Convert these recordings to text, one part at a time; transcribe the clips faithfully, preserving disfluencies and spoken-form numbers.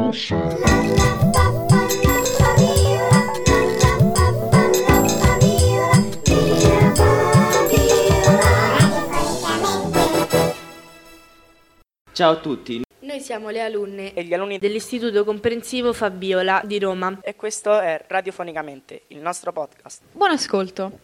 Ciao a tutti. Noi siamo le alunne e gli alunni dell'Istituto Comprensivo Fabiola di Roma e questo è Radiofonicamente, il nostro podcast. Buon ascolto.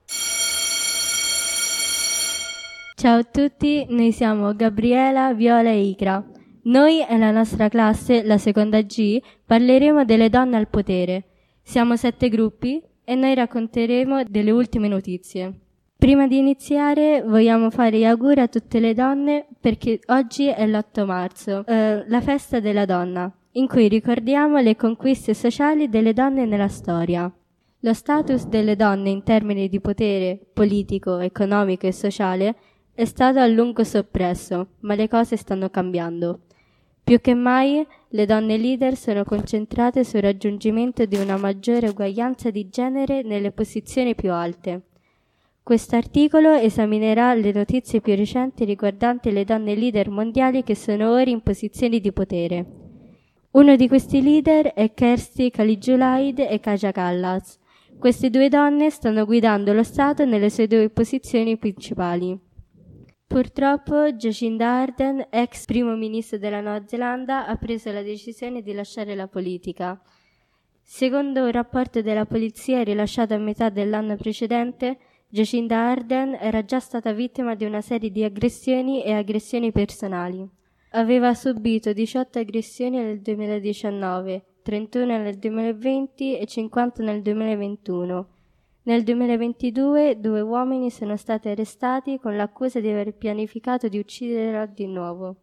Ciao a tutti, noi siamo Gabriela, Viola e Icra. Noi e la nostra classe, la seconda G, parleremo delle donne al potere. Siamo sette gruppi e noi racconteremo delle ultime notizie. Prima di iniziare vogliamo fare gli auguri a tutte le donne perché oggi è l'otto marzo, eh, la festa della donna, in cui ricordiamo le conquiste sociali delle donne nella storia. Lo status delle donne in termini di potere politico, economico e sociale è stato a lungo soppresso, ma le cose stanno cambiando. Più che mai le donne leader sono concentrate sul raggiungimento di una maggiore uguaglianza di genere nelle posizioni più alte. Quest'articolo esaminerà le notizie più recenti riguardanti le donne leader mondiali che sono ora in posizioni di potere. Uno di questi leader è Kersti Kaljulaid e Kaja Kallas. Queste due donne stanno guidando lo Stato nelle sue due posizioni principali. Purtroppo Jacinda Ardern, ex primo ministro della Nuova Zelanda, ha preso la decisione di lasciare la politica. Secondo un rapporto della polizia rilasciato a metà dell'anno precedente, Jacinda Ardern era già stata vittima di una serie di aggressioni e aggressioni personali. Aveva subito diciotto aggressioni nel duemiladiciannove, trentuno nel duemilaventi e cinquanta nel duemilaventuno. Nel duemilaventidue due uomini sono stati arrestati con l'accusa di aver pianificato di ucciderla di nuovo.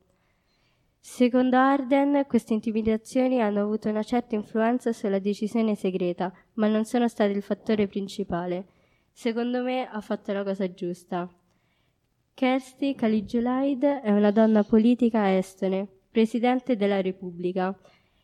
Secondo Ardern, queste intimidazioni hanno avuto una certa influenza sulla decisione segreta, ma non sono state il fattore principale. Secondo me ha fatto la cosa giusta. Kersti Kaljulaid è una donna politica estone, presidente della Repubblica.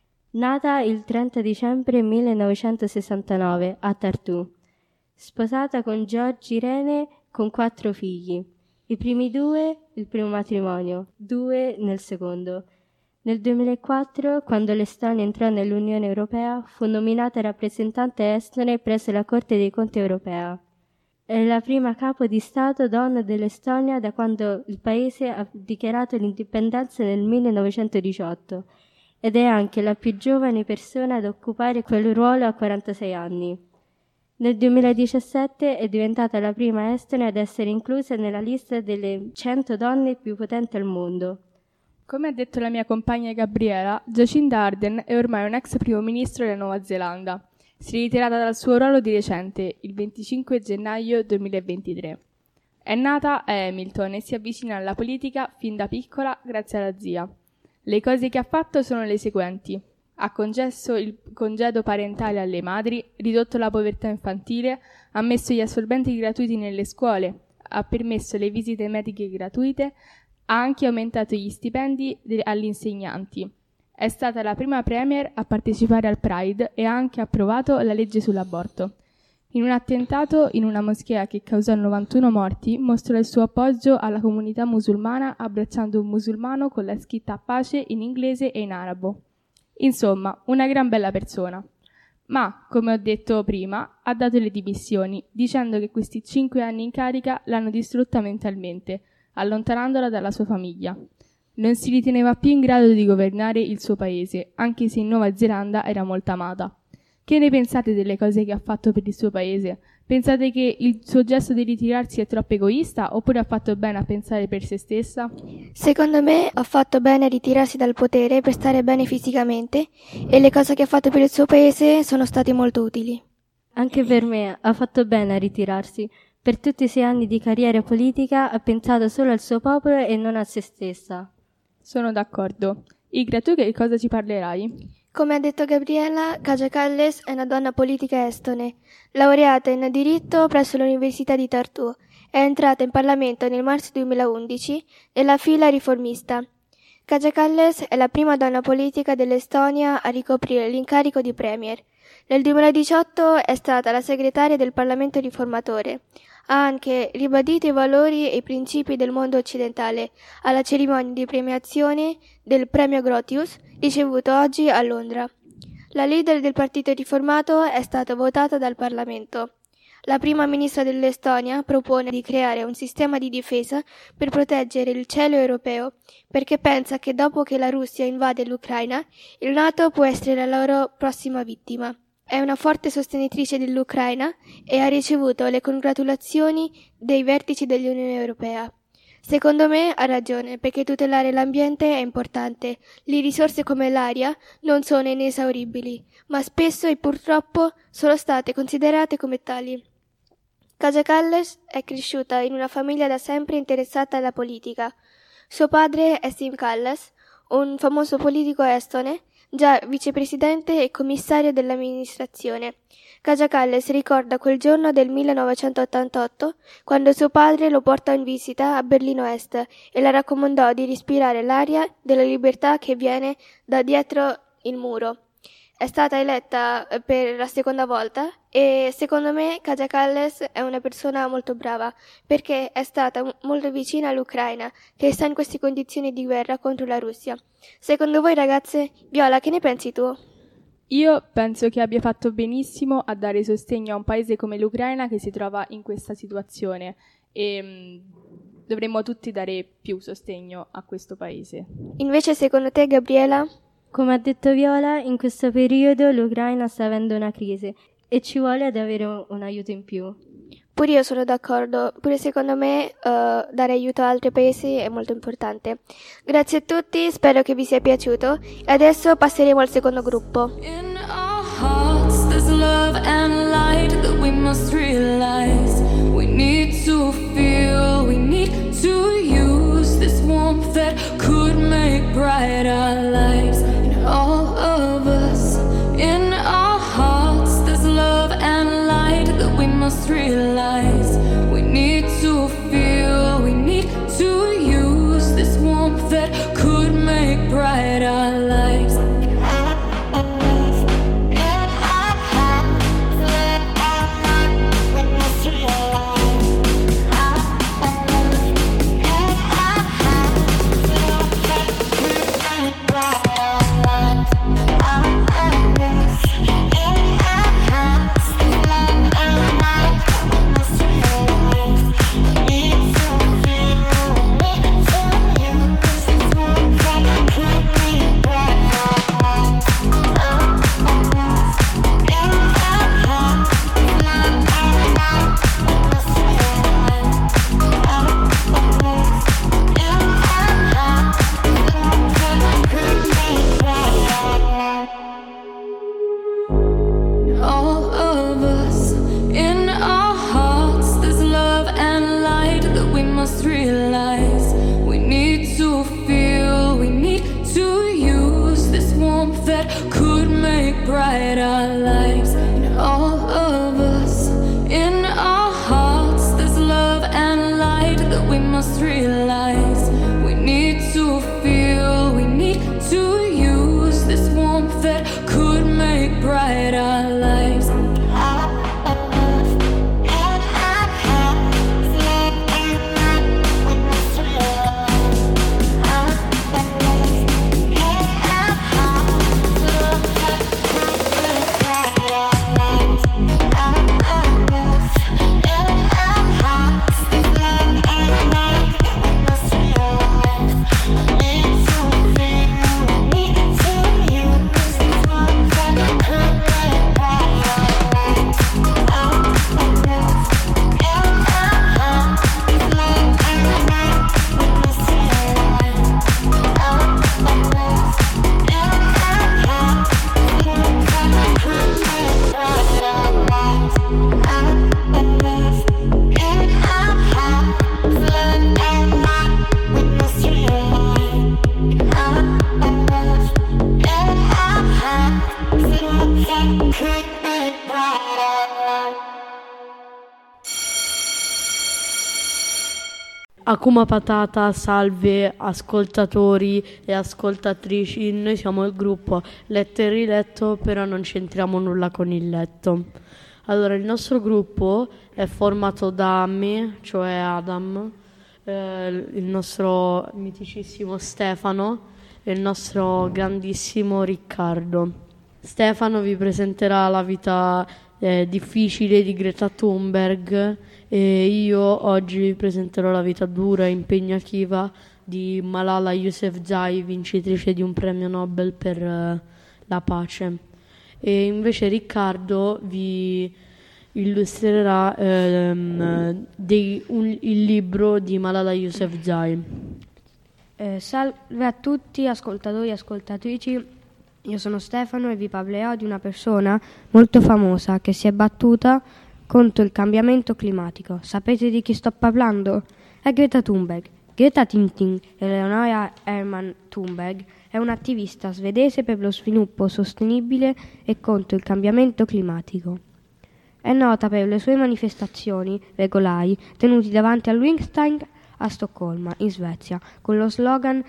Nata il trenta dicembre millenovecentosessantanove a Tartu. Sposata con George Irene con quattro figli. I primi due, il primo matrimonio, due nel secondo. Nel duemilaquattro, quando l'Estonia entrò nell'Unione Europea, fu nominata rappresentante estone presso la Corte dei Conti europea. È la prima capo di Stato donna dell'Estonia da quando il paese ha dichiarato l'indipendenza nel millenovecentodiciotto ed è anche la più giovane persona ad occupare quel ruolo a quarantasei anni. Nel duemiladiciassette è diventata la prima estone ad essere inclusa nella lista delle cento donne più potenti al mondo. Come ha detto la mia compagna Gabriela, Jacinda Ardern è ormai un ex primo ministro della Nuova Zelanda. Si è ritirata dal suo ruolo di recente, il venticinque gennaio duemilaventitré. È nata a Hamilton e si avvicina alla politica fin da piccola grazie alla zia. Le cose che ha fatto sono le seguenti. Ha concesso il congedo parentale alle madri, ridotto la povertà infantile, ha messo gli assorbenti gratuiti nelle scuole, ha permesso le visite mediche gratuite, ha anche aumentato gli stipendi agli insegnanti. È stata la prima premier a partecipare al Pride e ha anche approvato la legge sull'aborto. In un attentato in una moschea che causò novantuno morti, mostrò il suo appoggio alla comunità musulmana abbracciando un musulmano con la scritta pace in inglese e in arabo. Insomma, una gran bella persona. Ma, come ho detto prima, ha dato le dimissioni, dicendo che questi cinque anni in carica l'hanno distrutta mentalmente, allontanandola dalla sua famiglia. Non si riteneva più in grado di governare il suo paese, anche se in Nuova Zelanda era molto amata. Che ne pensate delle cose che ha fatto per il suo paese? Pensate che il suo gesto di ritirarsi è troppo egoista oppure ha fatto bene a pensare per se stessa? Secondo me ha fatto bene a ritirarsi dal potere per stare bene fisicamente e le cose che ha fatto per il suo paese sono state molto utili. Anche per me ha fatto bene a ritirarsi. Per tutti i suoi anni di carriera politica ha pensato solo al suo popolo e non a se stessa. Sono d'accordo. Igra, tu che cosa ci parlerai? Come ha detto Gabriela, Kaja Kallas è una donna politica estone, laureata in diritto presso l'Università di Tartu. È entrata in Parlamento nel marzo duemilaundici nella fila riformista. Kaja Kallas è la prima donna politica dell'Estonia a ricoprire l'incarico di premier. Nel duemiladiciotto è stata la segretaria del Parlamento riformatore. Ha anche ribadito i valori e i principi del mondo occidentale alla cerimonia di premiazione del premio Grotius ricevuto oggi a Londra. La leader del partito riformato è stata votata dal Parlamento. La prima ministra dell'Estonia propone di creare un sistema di difesa per proteggere il cielo europeo, perché pensa che dopo che la Russia invade l'Ucraina, il NATO può essere la loro prossima vittima. È una forte sostenitrice dell'Ucraina e ha ricevuto le congratulazioni dei vertici dell'Unione Europea. Secondo me ha ragione, perché tutelare l'ambiente è importante. Le risorse come l'aria non sono inesauribili, ma spesso e purtroppo sono state considerate come tali. Kaja Kallas è cresciuta in una famiglia da sempre interessata alla politica. Suo padre è Siim Kallas, un famoso politico estone, già vicepresidente e commissario dell'amministrazione. Kaja Kallas ricorda quel giorno del millenovecentottantotto, quando suo padre lo portò in visita a Berlino Est e le raccomandò di respirare l'aria della libertà che viene da dietro il muro. È stata eletta per la seconda volta e secondo me Kaja Kallas è una persona molto brava, perché è stata molto vicina all'Ucraina, che sta in queste condizioni di guerra contro la Russia. Secondo voi, ragazze? Viola, che ne pensi tu? Io penso che abbia fatto benissimo a dare sostegno a un paese come l'Ucraina che si trova in questa situazione e mh, dovremmo tutti dare più sostegno a questo paese. Invece, secondo te, Gabriela? Come ha detto Viola, in questo periodo l'Ucraina sta avendo una crisi e ci vuole ad avere un, un aiuto in più. Pure io sono d'accordo, pure secondo me uh, dare aiuto a altri paesi è molto importante. Grazie a tutti, spero che vi sia piaciuto e adesso passeremo al secondo gruppo. In our hearts there's love and light that we must realize. We need to feel, we need to use this warmth that could make bright our lives. In all of us, in our hearts there's love and light that we must realize. We need to feel, we need to use this warmth that could make bright our lives. Akuma Patata, salve ascoltatori e ascoltatrici, noi siamo il gruppo Letto e Riletto, però non c'entriamo nulla con il letto. Allora, il nostro gruppo è formato da me, cioè Adam, eh, il nostro miticissimo Stefano e il nostro grandissimo Riccardo. Stefano vi presenterà la vita eh, difficile di Greta Thunberg e io oggi vi presenterò la vita dura e impegnativa di Malala Yousafzai, vincitrice di un premio Nobel per uh, la pace. E invece Riccardo vi illustrerà ehm, dei, un, il libro di Malala Yousafzai. Eh, salve a tutti ascoltatori e ascoltatrici, io sono Stefano e vi parlerò di una persona molto famosa che si è battuta contro il cambiamento climatico. Sapete di chi sto parlando? È Greta Thunberg. Greta Thunberg, Eleonora Hermann Thunberg, è un'attivista svedese per lo sviluppo sostenibile e contro il cambiamento climatico. È nota per le sue manifestazioni regolari tenute davanti al Riksdag a Stoccolma, in Svezia, con lo slogan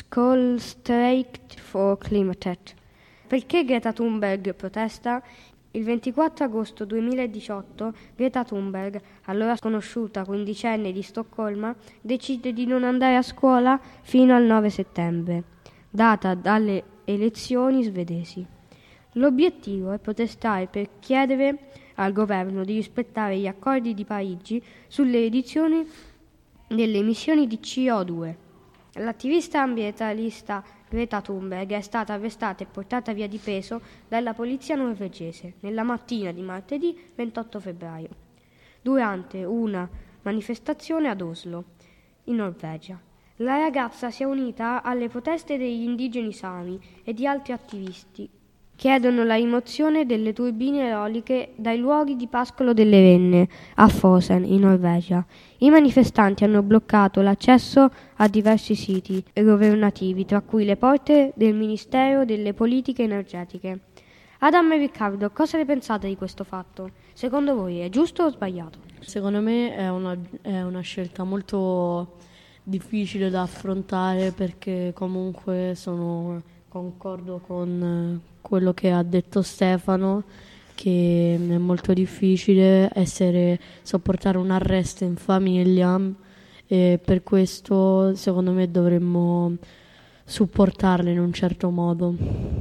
Skolstrejk for Klimatet. Perché Greta Thunberg protesta? Il ventiquattro agosto duemiladiciotto Greta Thunberg, allora sconosciuta quindicenne di Stoccolma, decide di non andare a scuola fino al nove settembre, data dalle elezioni svedesi. L'obiettivo è protestare per chiedere al governo di rispettare gli accordi di Parigi sulle riduzioni delle emissioni di C O due. L'attivista ambientalista Greta Thunberg è stata arrestata e portata via di peso dalla polizia norvegese nella mattina di martedì ventotto febbraio, durante una manifestazione ad Oslo, in Norvegia. La ragazza si è unita alle proteste degli indigeni sami e di altri attivisti. Chiedono la rimozione delle turbine eoliche dai luoghi di pascolo delle renne a Fosen, in Norvegia. I manifestanti hanno bloccato l'accesso a diversi siti governativi, tra cui le porte del Ministero delle Politiche Energetiche. Adam e Riccardo, cosa ne pensate di questo fatto? Secondo voi è giusto o sbagliato? Secondo me è una, è una scelta molto difficile da affrontare, perché comunque sono concordo con quello che ha detto Stefano, che è molto difficile essere sopportare un arresto in famiglia, e per questo secondo me dovremmo supportarle in un certo modo.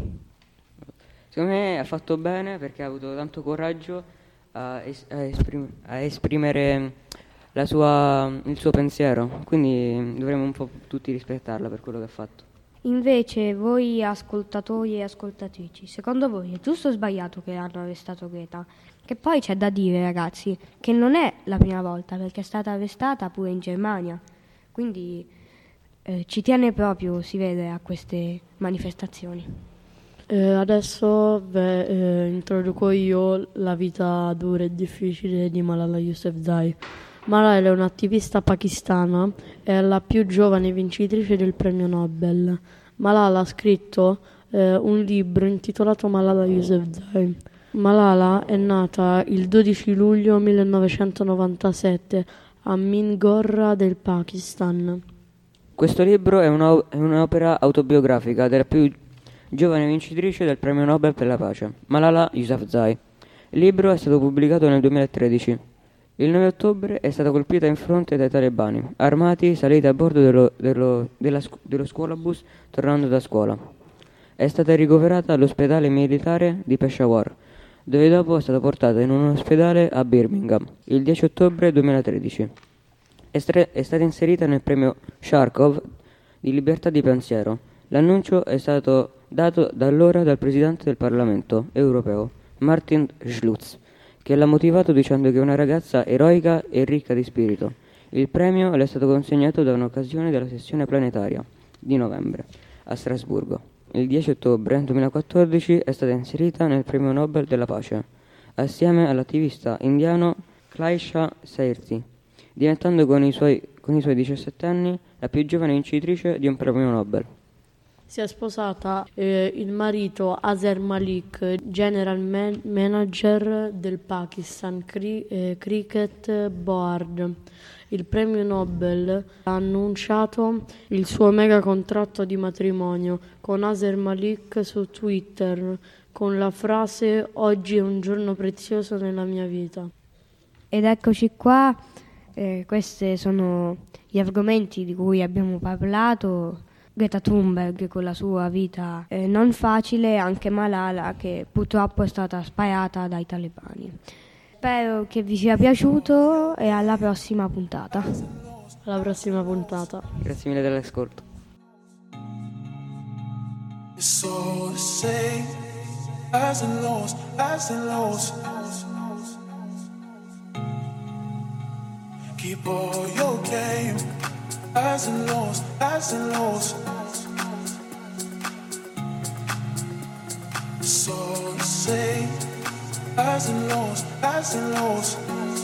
Secondo me ha fatto bene perché ha avuto tanto coraggio a, es- a, esprim- a esprimere la sua, il suo pensiero, quindi dovremmo un po' tutti rispettarla per quello che ha fatto. Invece voi ascoltatori e ascoltatrici, secondo voi è giusto o sbagliato che hanno arrestato Greta? Che poi c'è da dire, ragazzi, che non è la prima volta, perché è stata arrestata pure in Germania, quindi eh, ci tiene proprio, si vede, a queste manifestazioni. Eh, adesso beh, eh, introduco io la vita dura e difficile di Malala Yousafzai. Malala è un'attivista pakistana, è la più giovane vincitrice del premio Nobel. Malala ha scritto eh, un libro intitolato Malala Yousafzai. Malala è nata il dodici luglio millenovecentonovantasette a Mingorra del Pakistan. Questo libro è, una, è un'opera autobiografica della più giovane vincitrice del premio Nobel per la pace, Malala Yousafzai. Il libro è stato pubblicato nel duemilatredici. Il nove ottobre è stata colpita in fronte dai talebani, armati, salita a bordo dello, dello, della, dello scuolabus tornando da scuola. È stata ricoverata all'ospedale militare di Peshawar, dove dopo è stata portata in un ospedale a Birmingham il dieci ottobre duemilatredici. È, stre- è stata inserita nel premio Sharkov di libertà di pensiero. L'annuncio è stato dato da allora dal presidente del Parlamento europeo, Martin Schulz, che l'ha motivato dicendo che è una ragazza eroica e ricca di spirito. Il premio le è stato consegnato da un'occasione della sessione planetaria di novembre a Strasburgo. Il dieci ottobre duemilaquattordici è stata inserita nel premio Nobel della pace, assieme all'attivista indiano Kailash Satyarthi, diventando con i suoi, con i suoi diciassette anni la più giovane vincitrice di un premio Nobel. Si è sposata eh, il marito Azhar Malik, general man- manager del Pakistan Cri- eh, Cricket Board. Il premio Nobel ha annunciato il suo mega contratto di matrimonio con Azhar Malik su Twitter con la frase «Oggi è un giorno prezioso nella mia vita». Ed eccoci qua, eh, questi sono gli argomenti di cui abbiamo parlato. Greta Thunberg con la sua vita eh, non facile, anche Malala che purtroppo è stata sparata dai talebani. Spero che vi sia piaciuto e alla prossima puntata. Alla prossima puntata. Grazie mille dell'ascolto. So say, highs and lows, highs and lows. Keep all your game, highs and lows, highs and lows. So say, highs and lows, highs and lows.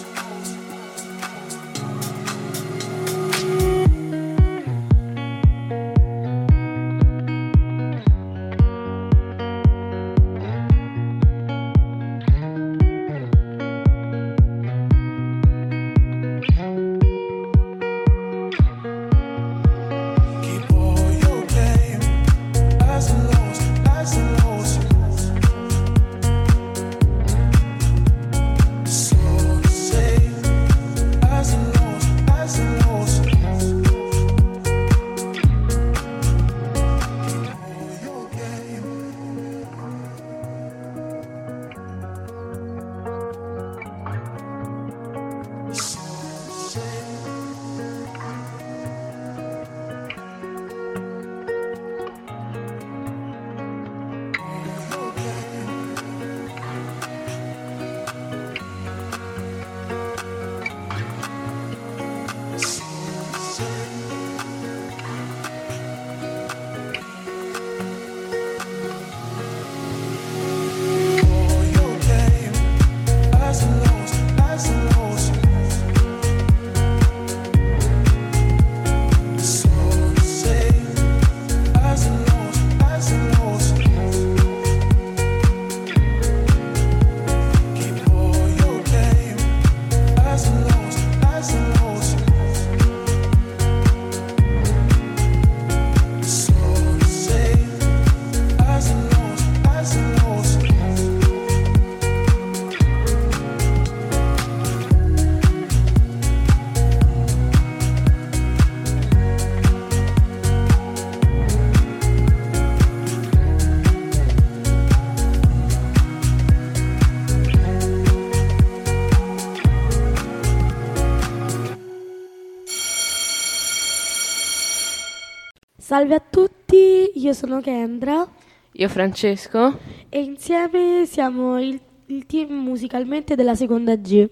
Salve a tutti, io sono Kendra. Io Francesco. E insieme siamo il, il team musicalmente della seconda G.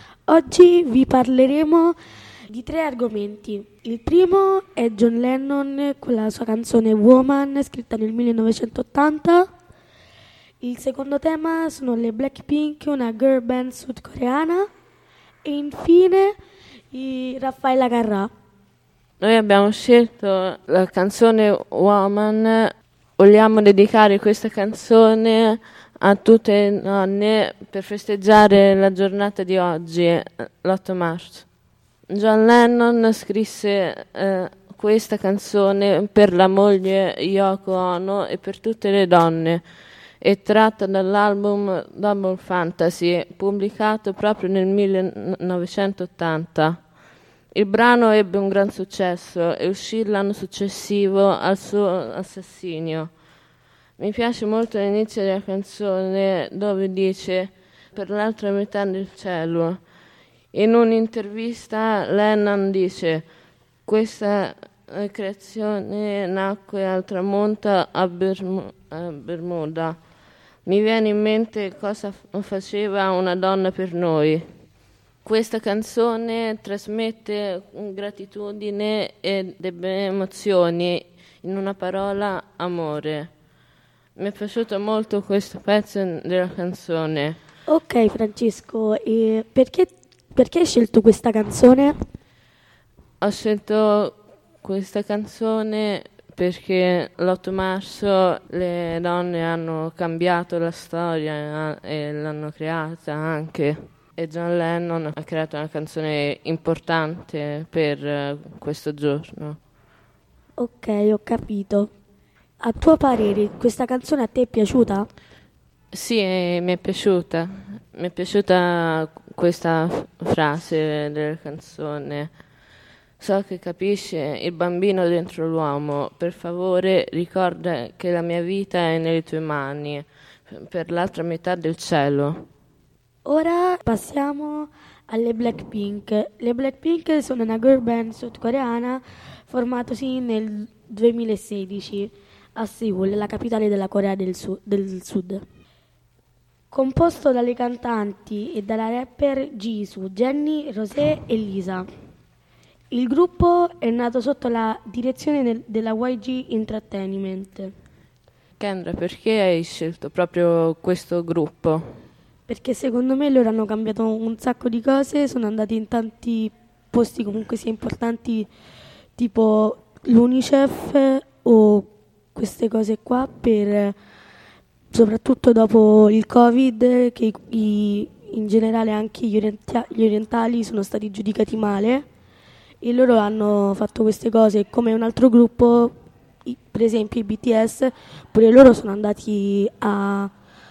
Oggi vi parleremo di tre argomenti. Il primo è John Lennon con la sua canzone Woman, scritta nel millenovecentottanta. Il secondo tema sono le Blackpink, una girl band sudcoreana. E infine i Raffaella Carrà. Noi abbiamo scelto la canzone Woman, vogliamo dedicare questa canzone a tutte le donne per festeggiare la giornata di oggi, l'otto marzo. John Lennon scrisse eh, questa canzone per la moglie Yoko Ono e per tutte le donne. È tratta dall'album Double Fantasy, pubblicato proprio nel millenovecentottanta. Il brano ebbe un gran successo e uscì l'anno successivo al suo assassinio. Mi piace molto l'inizio della canzone dove dice «per l'altra metà del cielo». In un'intervista Lennon dice «questa creazione nacque al tramonto a, Bermu- a Bermuda. Mi viene in mente cosa f- faceva una donna per noi». Questa canzone trasmette gratitudine ed emozioni, in una parola amore. Mi è piaciuto molto questo pezzo della canzone. Ok Francesco, e perché, perché hai scelto questa canzone? Ho scelto questa canzone perché l'otto marzo le donne hanno cambiato la storia e l'hanno creata anche. E John Lennon ha creato una canzone importante per questo giorno. Ok, ho capito. A tuo parere, questa canzone a te è piaciuta? Sì, mi è piaciuta. Mi è piaciuta questa f- frase della canzone. So che capisce il bambino dentro l'uomo. Per favore ricorda che la mia vita è nelle tue mani, per l'altra metà del cielo. Ora passiamo alle Blackpink. Le Blackpink sono una girl band sudcoreana formatosi nel duemilasedici a Seoul, la capitale della Corea del Sud. Del Sud. Composto dalle cantanti e dalla rapper Jisoo, Jennie, Rosé e Lisa. Il gruppo è nato sotto la direzione del, della Y G Entertainment. Kendra, perché hai scelto proprio questo gruppo? Perché secondo me loro hanno cambiato un sacco di cose, sono andati in tanti posti comunque sia importanti, tipo l'UNICEF o queste cose qua, per soprattutto dopo il Covid, che i, in generale anche gli, orienta- gli orientali sono stati giudicati male, e loro hanno fatto queste cose. Come un altro gruppo, i, per esempio i B T S, pure loro sono andati a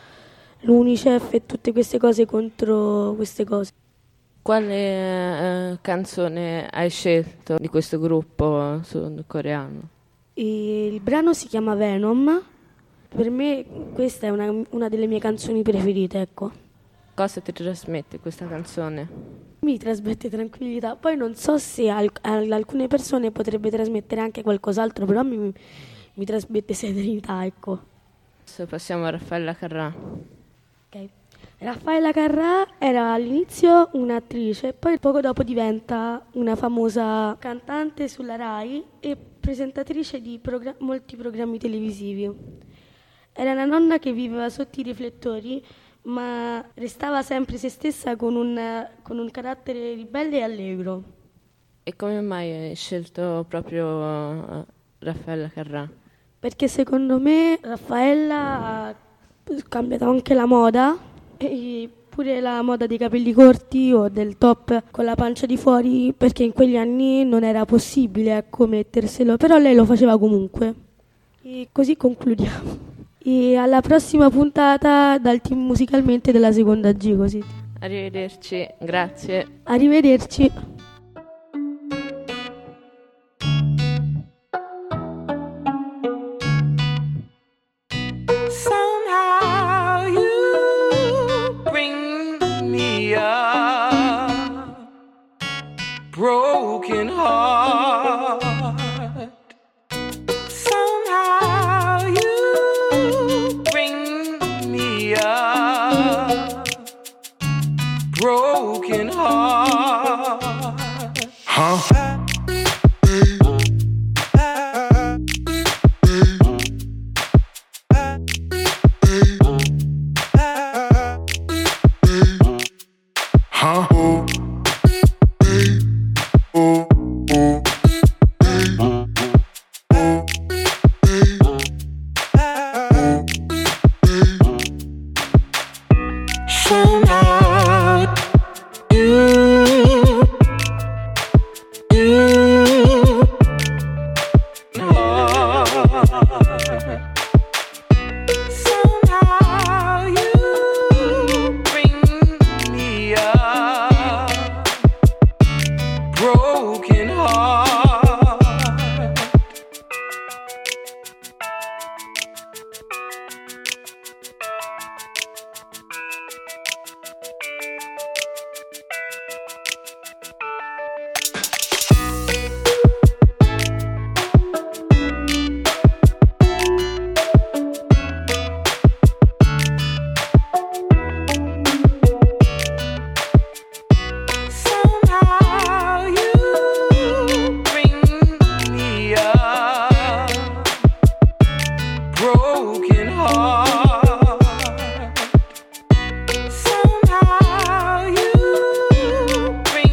l'UNICEF e tutte queste cose contro queste cose. Quale eh, canzone hai scelto di questo gruppo sudcoreano? E il brano si chiama Venom. Per me questa è una, una delle mie canzoni preferite, ecco. Cosa ti trasmette questa canzone? Mi trasmette tranquillità. Poi non so se al, ad alcune persone potrebbe trasmettere anche qualcos'altro, però mi, mi trasmette serenità, ecco. Adesso passiamo a Raffaella Carrà. Ok. Raffaella Carrà era all'inizio un'attrice, poi poco dopo diventa una famosa cantante sulla Rai e presentatrice di progra- molti programmi televisivi. Era una nonna che viveva sotto i riflettori, ma restava sempre se stessa con un, con un carattere ribelle e allegro. E come mai hai scelto proprio uh, Raffaella Carrà? Perché secondo me Raffaella ha cambiato anche la moda, e pure la moda dei capelli corti o del top con la pancia di fuori, perché in quegli anni non era possibile, ecco, metterselo, però lei lo faceva comunque. E così concludiamo. E alla prossima puntata dal team Musicalmente della seconda G, così. Arrivederci, grazie. Arrivederci. Somehow you bring me a broken heart. Somehow you bring me a broken heart. Huh?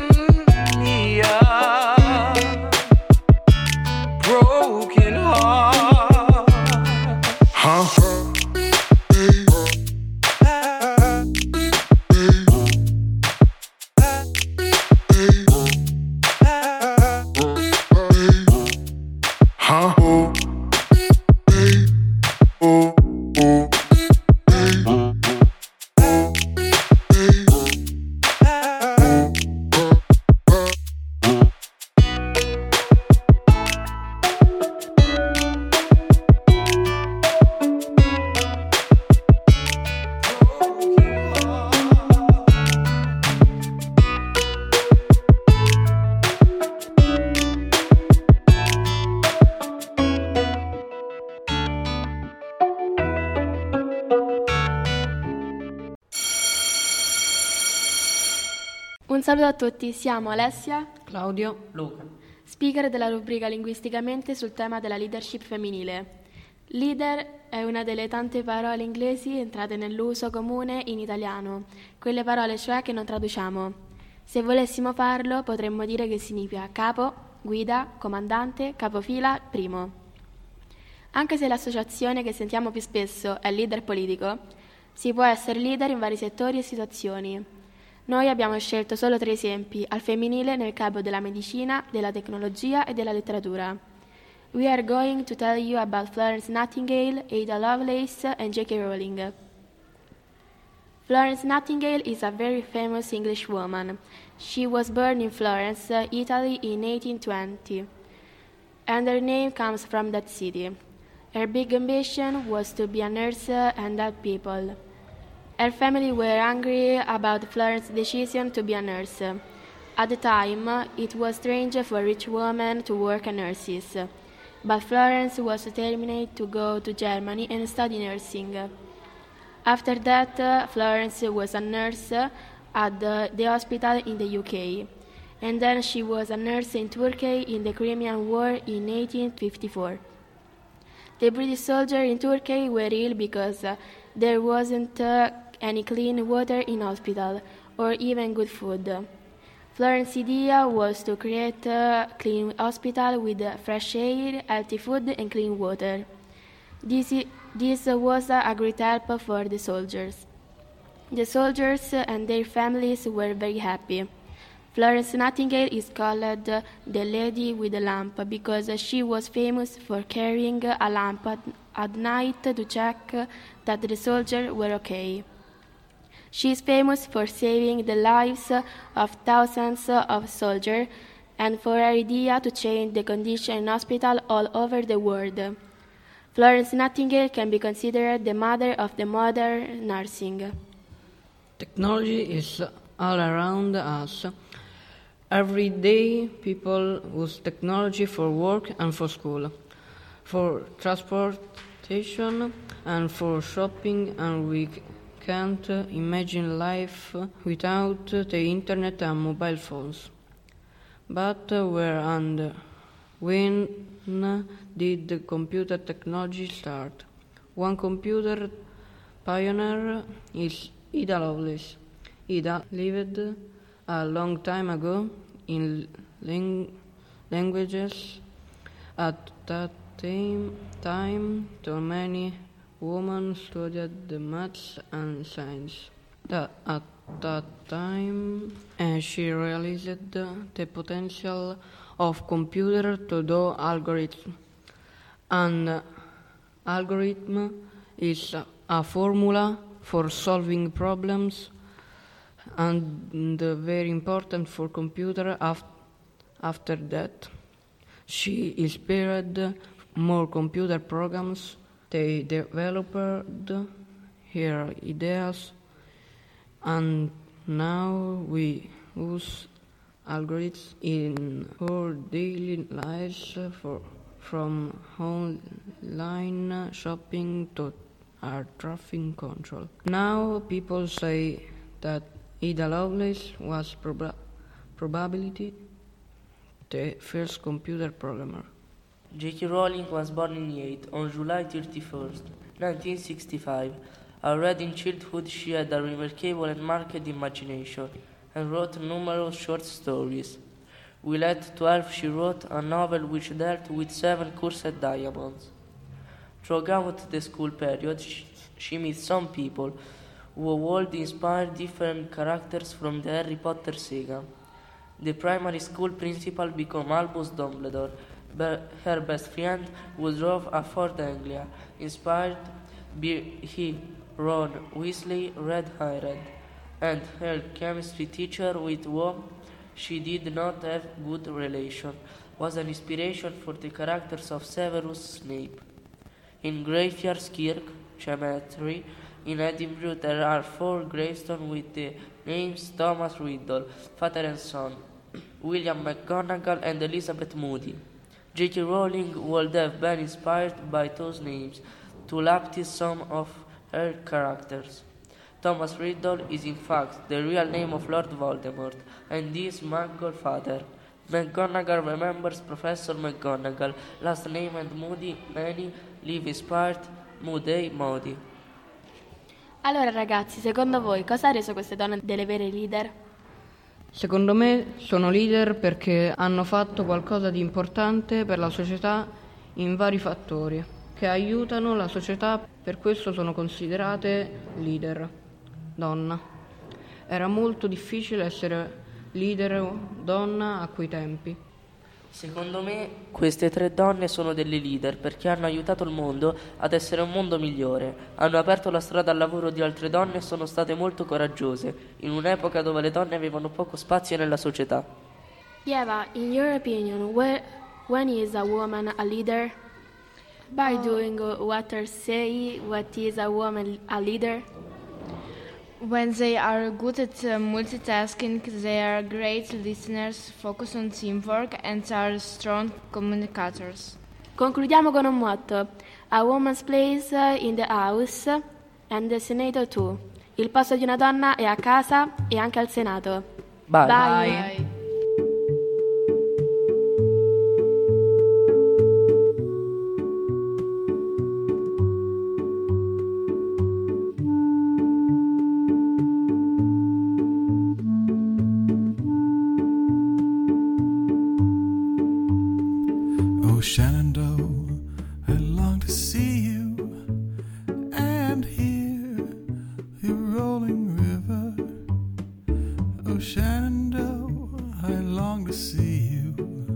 broken heart. Huh? Un saluto a tutti, siamo Alessia, Claudio, Luca, speaker della rubrica Linguisticamente sul tema della leadership femminile. Leader è una delle tante parole inglesi entrate nell'uso comune in italiano, quelle parole cioè che non traduciamo. Se volessimo farlo potremmo dire che significa capo, guida, comandante, capofila, primo. Anche se l'associazione che sentiamo più spesso è leader politico, si può essere leader in vari settori e situazioni. Noi abbiamo scelto solo tre esempi al femminile nel campo della medicina, della tecnologia e della letteratura. We are going to tell you about Florence Nightingale, Ada Lovelace and J K Rowling. Florence Nightingale is a very famous English woman. She was born in Florence, Italy in eighteen twenty, and her name comes from that city. Her big ambition was to be a nurse and help people. Her family were angry about Florence's decision to be a nurse. At the time, it was strange for rich women to work as nurses, but Florence was determined to go to Germany and study nursing. After that, Florence was a nurse at the, the hospital in the U K, and then she was a nurse in Turkey in the Crimean War in eighteen fifty-four. The British soldiers in Turkey were ill because uh, there wasn't uh, any clean water in hospital or even good food. Florence's idea was to create a clean hospital with fresh air, healthy food and clean water. This, this was a great help for the soldiers. The soldiers and their families were very happy. Florence Nightingale is called the Lady with a Lamp because she was famous for carrying a lamp at, at night to check that the soldiers were okay. She is famous for saving the lives of thousands of soldiers and for her idea to change the condition in hospitals all over the world. Florence Nightingale can be considered the mother of the modern nursing. Technology is all around us. Every day people use technology for work and for school, for transportation and for shopping, and we can't imagine life without the internet and mobile phones. But where and when did the computer technology start? One computer pioneer is Ada Lovelace. Ada lived a long time ago in ling- languages. At that time, time, too many women studied the maths and science. That at that time, uh, she realized the, the potential of computer to do algorithm. An uh, algorithm is a, a formula for solving problems, and uh, very important for computer. Af- after that, she inspired more computer programs. They developed her ideas, and now we use algorithms in our daily lives, for, from online shopping to air traffic control. Now people say that Ada Lovelace was prob- probably the first computer programmer. J K Rowling was born in Yate on July thirty-first, nineteen sixty-five. Already in childhood she had a remarkable and marked imagination and wrote numerous short stories. While at twelve she wrote a novel which dealt with seven cursed diamonds. Throughout the school period, she, she meets some people who would inspire different characters from the Harry Potter saga. The primary school principal became Albus Dumbledore. Be- her best friend who drove a Ford Anglia, inspired by he, Ron Weasley, red-haired, and her chemistry teacher with whom she did not have good relation, was an inspiration for the characters of Severus Snape. In Graveyard Kirk Cemetery in Edinburgh there are four gravestones with the names Thomas Riddle, father and son, William McGonagall and Elizabeth Moody. J K Rowling would have been inspired by those names to baptize some of her characters. Thomas Riddle is in fact the real name of Lord Voldemort and is McGonagall's father. McGonagall remembers Professor McGonagall, last name and Moody, many live inspired Moody Moody. Allora ragazzi, secondo voi cosa ha reso queste donne delle vere leader? Secondo me sono leader perché hanno fatto qualcosa di importante per la società in vari fattori che aiutano la società, per questo sono considerate leader. Donna. Era molto difficile essere leader o donna a quei tempi. Secondo me queste tre donne sono delle leader perché hanno aiutato il mondo ad essere un mondo migliore, hanno aperto la strada al lavoro di altre donne e sono state molto coraggiose, in un'epoca dove le donne avevano poco spazio nella società. Eva, in your opinion, where, when is a woman a leader? By Oh. doing what they say, what is a woman a leader? When they are good at uh, multitasking, they are great listeners, focus on teamwork, and are strong communicators. Concludiamo con un motto: a woman's place in the house and the Senator too. Il posto di una donna è a casa e anche al Senato. Bye. Bye. Bye. Oh, Shenandoah, I long to see you and hear your rolling river. Oh, Shenandoah, I long to see you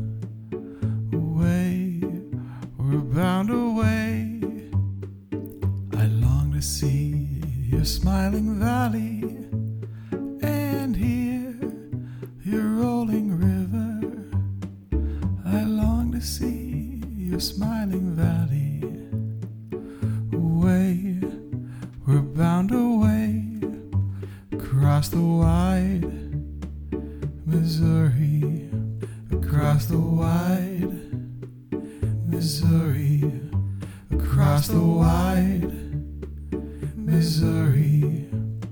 away, we're bound away. I long to see your smiling valley and hear your rolling river. I long to see your smiling valley. Away, we're bound away across the wide Missouri, across the wide Missouri, across the wide Missouri.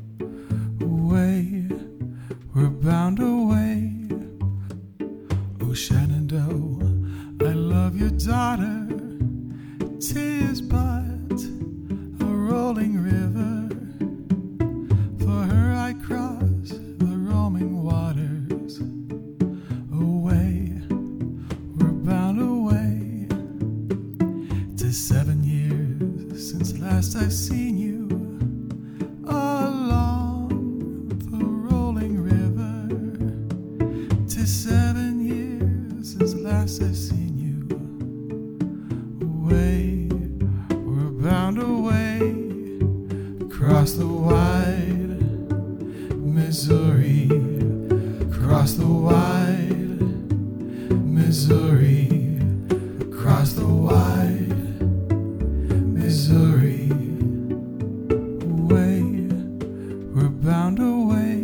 Away, we're bound away. Oh, Shenandoah, I love your daughter. 'Tis but a rolling river. For her I cross the roaming waters. Away, we're bound away. 'Tis seven years since last I've seen you along the rolling river. 'Tis seven years since last I've seen you. Away, we're bound away across the wide Missouri, across the wide Missouri, across the wide Missouri. Away, we're bound away.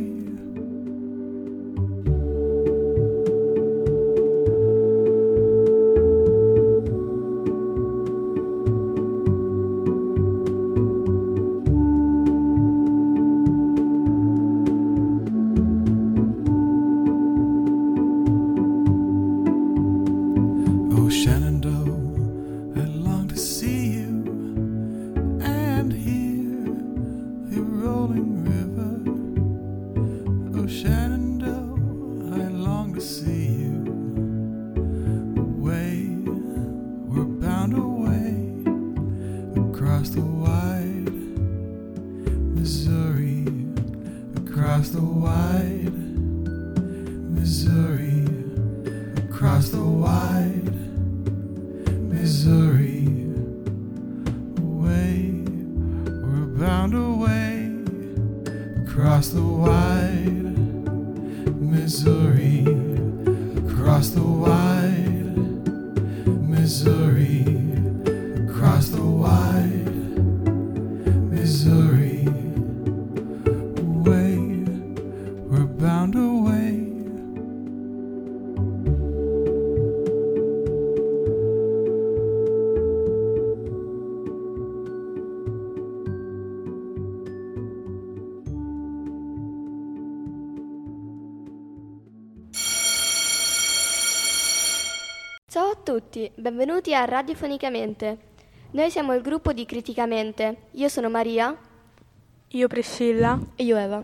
Oh, Shenandoah, Missouri, across the wide Missouri, across the wide Missouri, away, we're bound away, across the wide Missouri, across the wide Missouri, across the wide Missouri, away, we're bound away. Ciao a tutti, benvenuti a Radiofonicamente. Noi siamo il gruppo di Criticamente. Io sono Maria. Io Priscilla. E io Eva.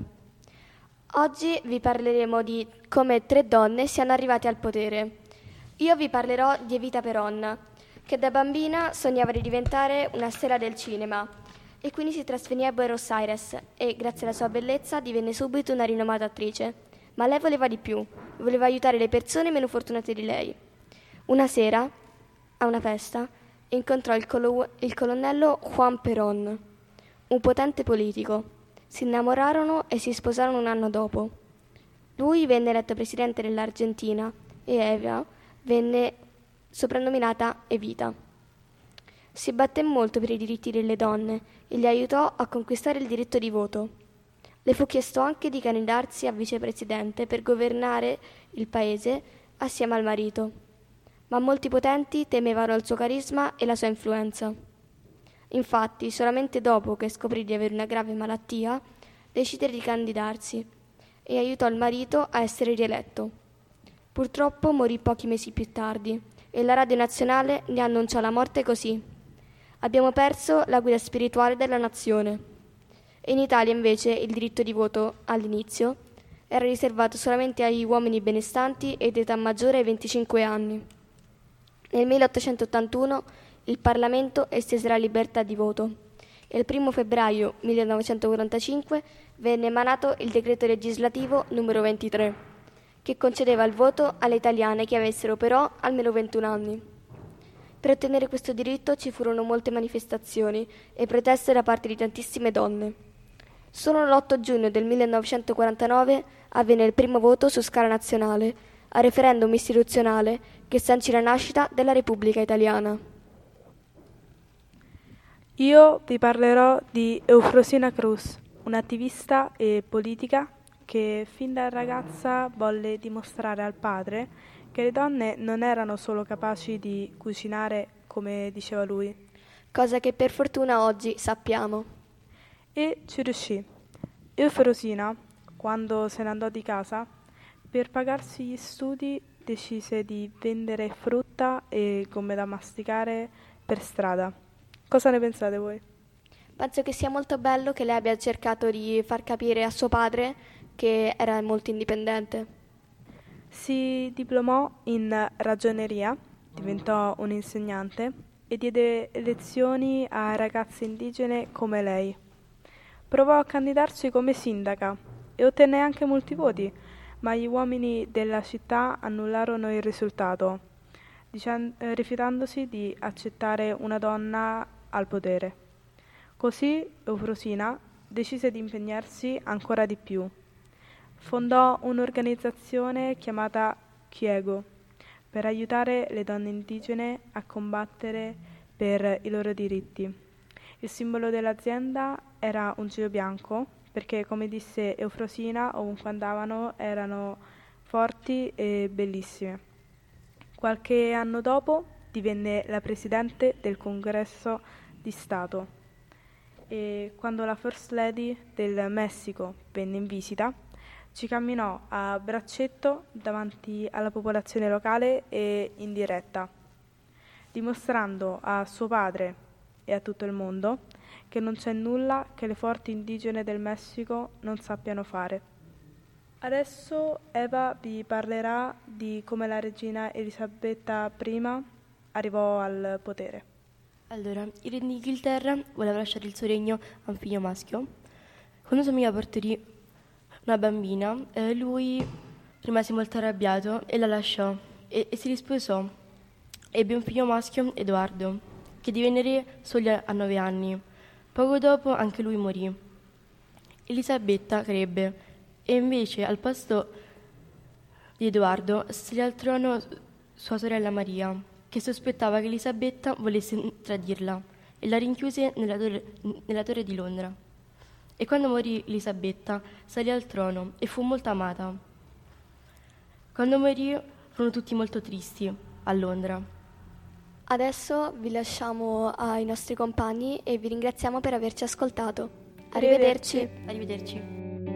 Oggi vi parleremo di come tre donne siano arrivate al potere. Io vi parlerò di Evita Peron, che da bambina sognava di diventare una stella del cinema e quindi si trasferì a Buenos Aires e grazie alla sua bellezza divenne subito una rinomata attrice. Ma lei voleva di più, voleva aiutare le persone meno fortunate di lei. Una sera, a una festa, incontrò il, colo- il colonnello Juan Perón, un potente politico. Si innamorarono e si sposarono un anno dopo. Lui venne eletto presidente dell'Argentina e Eva venne soprannominata Evita. Si batté molto per i diritti delle donne e li aiutò a conquistare il diritto di voto. Le fu chiesto anche di candidarsi a vicepresidente per governare il paese assieme al marito. Ma molti potenti temevano il suo carisma e la sua influenza. Infatti, solamente dopo che scoprì di avere una grave malattia, decise di candidarsi e aiutò il marito a essere rieletto. Purtroppo morì pochi mesi più tardi e la radio nazionale ne annunciò la morte così: abbiamo perso la guida spirituale della nazione. In Italia invece il diritto di voto, all'inizio, era riservato solamente agli uomini benestanti e d'età maggiore ai venticinque anni. Nel milleottocentottantuno il Parlamento estese la libertà di voto e il primo febbraio millenovecentoquarantacinque venne emanato il decreto legislativo numero ventitré, che concedeva il voto alle italiane che avessero però almeno ventuno anni. Per ottenere questo diritto ci furono molte manifestazioni e proteste da parte di tantissime donne. Solo l'otto giugno del millenovecentoquarantanove avvenne il primo voto su scala nazionale, a referendum istituzionale che sancì la nascita della Repubblica Italiana. Io vi parlerò di Eufrosina Cruz, un'attivista e politica che fin da ragazza volle dimostrare al padre che le donne non erano solo capaci di cucinare, come diceva lui, cosa che per fortuna oggi sappiamo. E ci riuscì. Eufrosina, quando se ne andò di casa, per pagarsi gli studi decise di vendere frutta e gomme da masticare per strada. Cosa ne pensate voi? Penso che sia molto bello che lei abbia cercato di far capire a suo padre che era molto indipendente. Si diplomò in ragioneria, diventò un insegnante e diede lezioni a ragazze indigene come lei. Provò a candidarsi come sindaca e ottenne anche molti voti, ma gli uomini della città annullarono il risultato, dicen- eh, rifiutandosi di accettare una donna al potere. Così Eufrosina decise di impegnarsi ancora di più. Fondò un'organizzazione chiamata Chiego per aiutare le donne indigene a combattere per i loro diritti. Il simbolo dell'azienda era un giro bianco, perché, come disse Eufrosina, ovunque andavano erano forti e bellissime. Qualche anno dopo divenne la presidente del Congresso di Stato e quando la First Lady del Messico venne in visita ci camminò a braccetto davanti alla popolazione locale e in diretta, dimostrando a suo padre e a tutto il mondo che non c'è nulla che le forti indigene del Messico non sappiano fare. Adesso Eva vi parlerà di come la regina Elisabetta prima arrivò al potere. Allora, il re d'Inghilterra voleva lasciare il suo regno a un figlio maschio, Quando sua amica partorì una bambina, eh, lui rimase molto arrabbiato e la lasciò e, e si risposò. Ebbe un figlio maschio, Edoardo, che divenne re solo a nove anni. Poco dopo anche lui morì. Elisabetta crebbe e invece al posto di Edoardo salì al trono sua sorella Maria, che sospettava che Elisabetta volesse tradirla e la rinchiuse nella torre, nella torre di Londra. E quando morì Elisabetta salì al trono e fu molto amata. Quando morì furono tutti molto tristi a Londra. Adesso vi lasciamo ai nostri compagni e vi ringraziamo per averci ascoltato. Arrivederci. Arrivederci.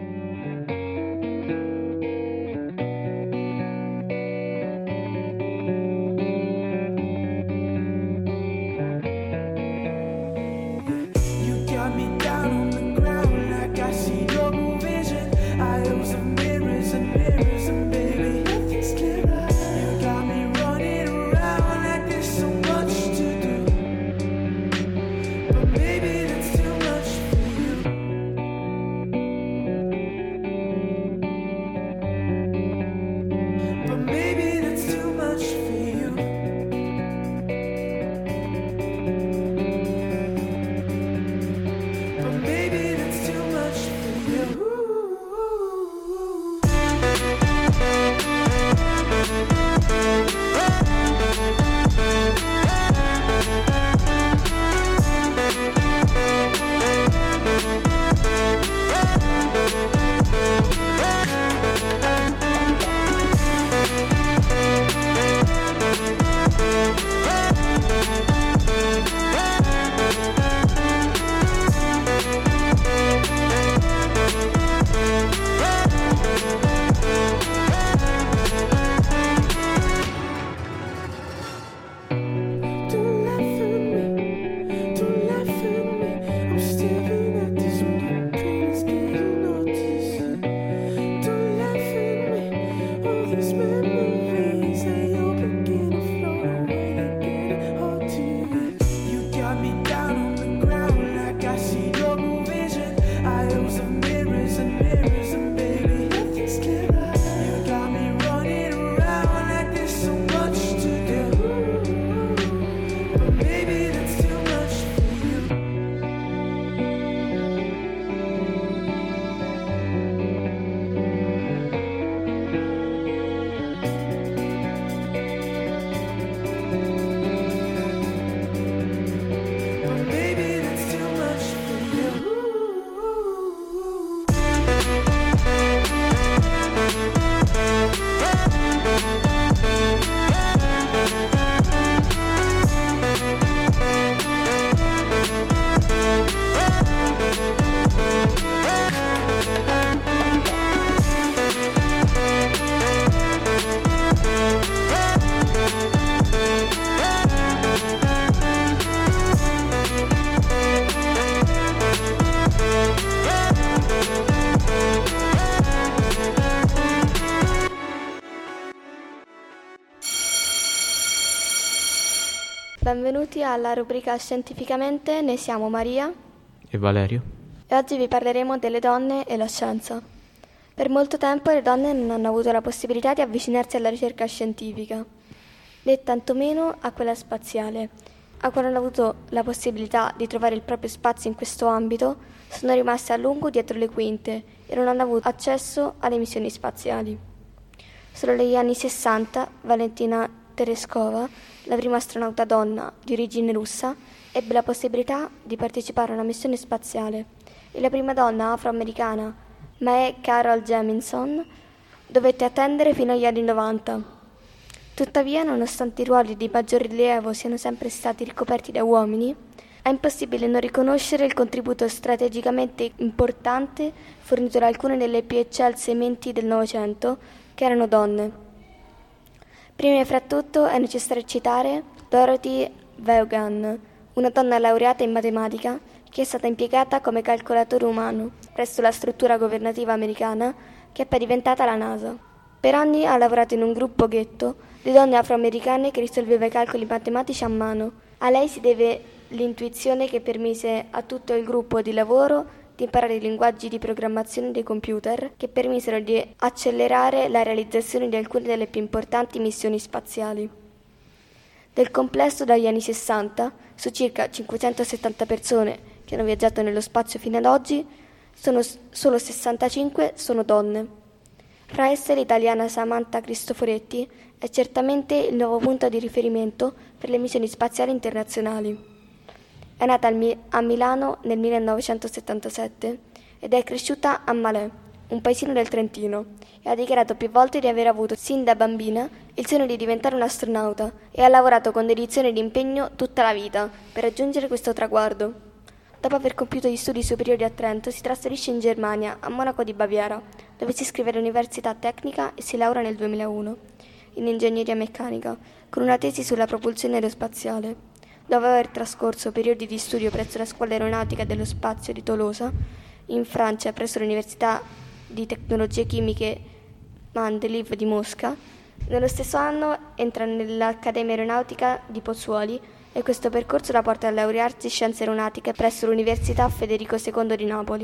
Benvenuti alla rubrica Scientificamente, ne siamo Maria e Valerio e oggi vi parleremo delle donne e la scienza. Per molto tempo le donne non hanno avuto la possibilità di avvicinarsi alla ricerca scientifica, né tantomeno a quella spaziale. A quando hanno avuto la possibilità di trovare il proprio spazio in questo ambito, sono rimaste a lungo dietro le quinte e non hanno avuto accesso alle missioni spaziali. Solo negli anni sessanta Valentina Tereshkova, la prima astronauta donna di origine russa, ebbe la possibilità di partecipare a una missione spaziale e la prima donna afroamericana, Mae Carol Jemison, dovette attendere fino agli anni novanta. Tuttavia, nonostante i ruoli di maggior rilievo siano sempre stati ricoperti da uomini, è impossibile non riconoscere il contributo strategicamente importante fornito da alcune delle più eccelse menti del Novecento, che erano donne. Prima fra tutto è necessario citare Dorothy Vaughan, una donna laureata in matematica che è stata impiegata come calcolatore umano presso la struttura governativa americana che è poi diventata la NASA. Per anni ha lavorato in un gruppo ghetto di donne afroamericane che risolveva i calcoli matematici a mano. A lei si deve l'intuizione che permise a tutto il gruppo di lavoro di imparare i linguaggi di programmazione dei computer che permisero di accelerare la realizzazione di alcune delle più importanti missioni spaziali. Del complesso dagli anni sessanta, su circa cinquecentosettanta persone che hanno viaggiato nello spazio fino ad oggi, sono solo sessantacinque sono donne. Fra esse l'italiana Samantha Cristoforetti è certamente il nuovo punto di riferimento per le missioni spaziali internazionali. È nata a Milano nel millenovecentosettantasette ed è cresciuta a Malè, un paesino del Trentino, e ha dichiarato più volte di aver avuto sin da bambina il sogno di diventare un astronauta e ha lavorato con dedizione ed impegno tutta la vita per raggiungere questo traguardo. Dopo aver compiuto gli studi superiori a Trento, si trasferisce in Germania, a Monaco di Baviera, dove si iscrive all'Università Tecnica e si laurea nel duemilauno in ingegneria meccanica, con una tesi sulla propulsione aerospaziale. Dopo aver trascorso periodi di studio presso la Scuola Aeronautica dello Spazio di Tolosa, in Francia presso l'Università di Tecnologie Chimiche Mendeleev di Mosca, nello stesso anno entra nell'Accademia Aeronautica di Pozzuoli e questo percorso la porta a laurearsi in Scienze Aeronautiche presso l'Università Federico secondo di Napoli.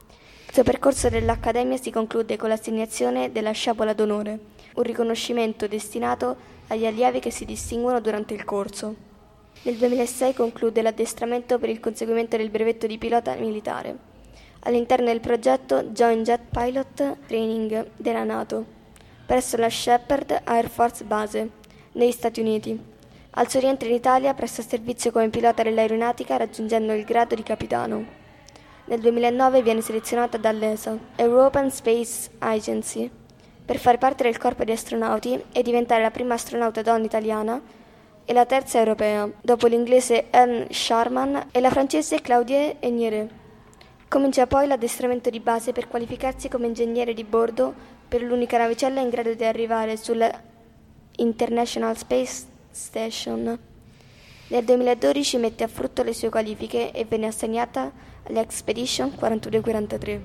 Il suo percorso dell'Accademia si conclude con l'assegnazione della Sciabola d'Onore, un riconoscimento destinato agli allievi che si distinguono durante il corso. Nel duemilasei conclude l'addestramento per il conseguimento del brevetto di pilota militare, all'interno del progetto Joint Jet Pilot Training della NATO, presso la Shepherd Air Force Base, negli Stati Uniti. Al suo rientro in Italia presta servizio come pilota dell'aeronautica raggiungendo il grado di capitano. Nel duemilanove viene selezionata dall'E S A, European Space Agency, per fare parte del corpo di astronauti e diventare la prima astronauta donna italiana e la terza europea, dopo l'inglese Anne Sharman e la francese Claudie Egnieret. Comincia poi l'addestramento di base per qualificarsi come ingegnere di bordo per l'unica navicella in grado di arrivare sulla International Space Station. Nel duemiladodici mette a frutto le sue qualifiche e venne assegnata all'Expedition quarantadue quarantatré.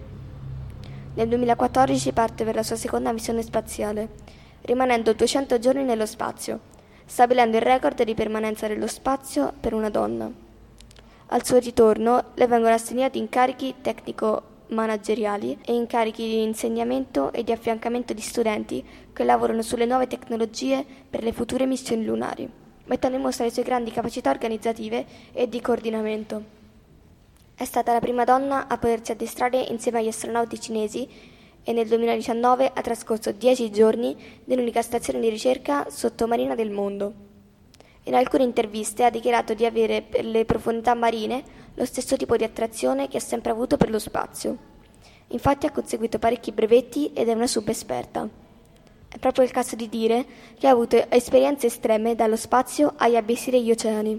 Nel duemilaquattordici parte per la sua seconda missione spaziale, rimanendo duecento giorni nello spazio, stabilendo il record di permanenza nello spazio per una donna. Al suo ritorno le vengono assegnati incarichi tecnico-manageriali e incarichi di insegnamento e di affiancamento di studenti che lavorano sulle nuove tecnologie per le future missioni lunari, mettendo in mostra le sue grandi capacità organizzative e di coordinamento. È stata la prima donna a potersi addestrare insieme agli astronauti cinesi e nel duemiladiciannove ha trascorso dieci giorni nell'unica stazione di ricerca sottomarina del mondo. In alcune interviste ha dichiarato di avere per le profondità marine lo stesso tipo di attrazione che ha sempre avuto per lo spazio. Infatti ha conseguito parecchi brevetti ed è una subesperta. È proprio il caso di dire che ha avuto esperienze estreme dallo spazio agli abissi degli oceani.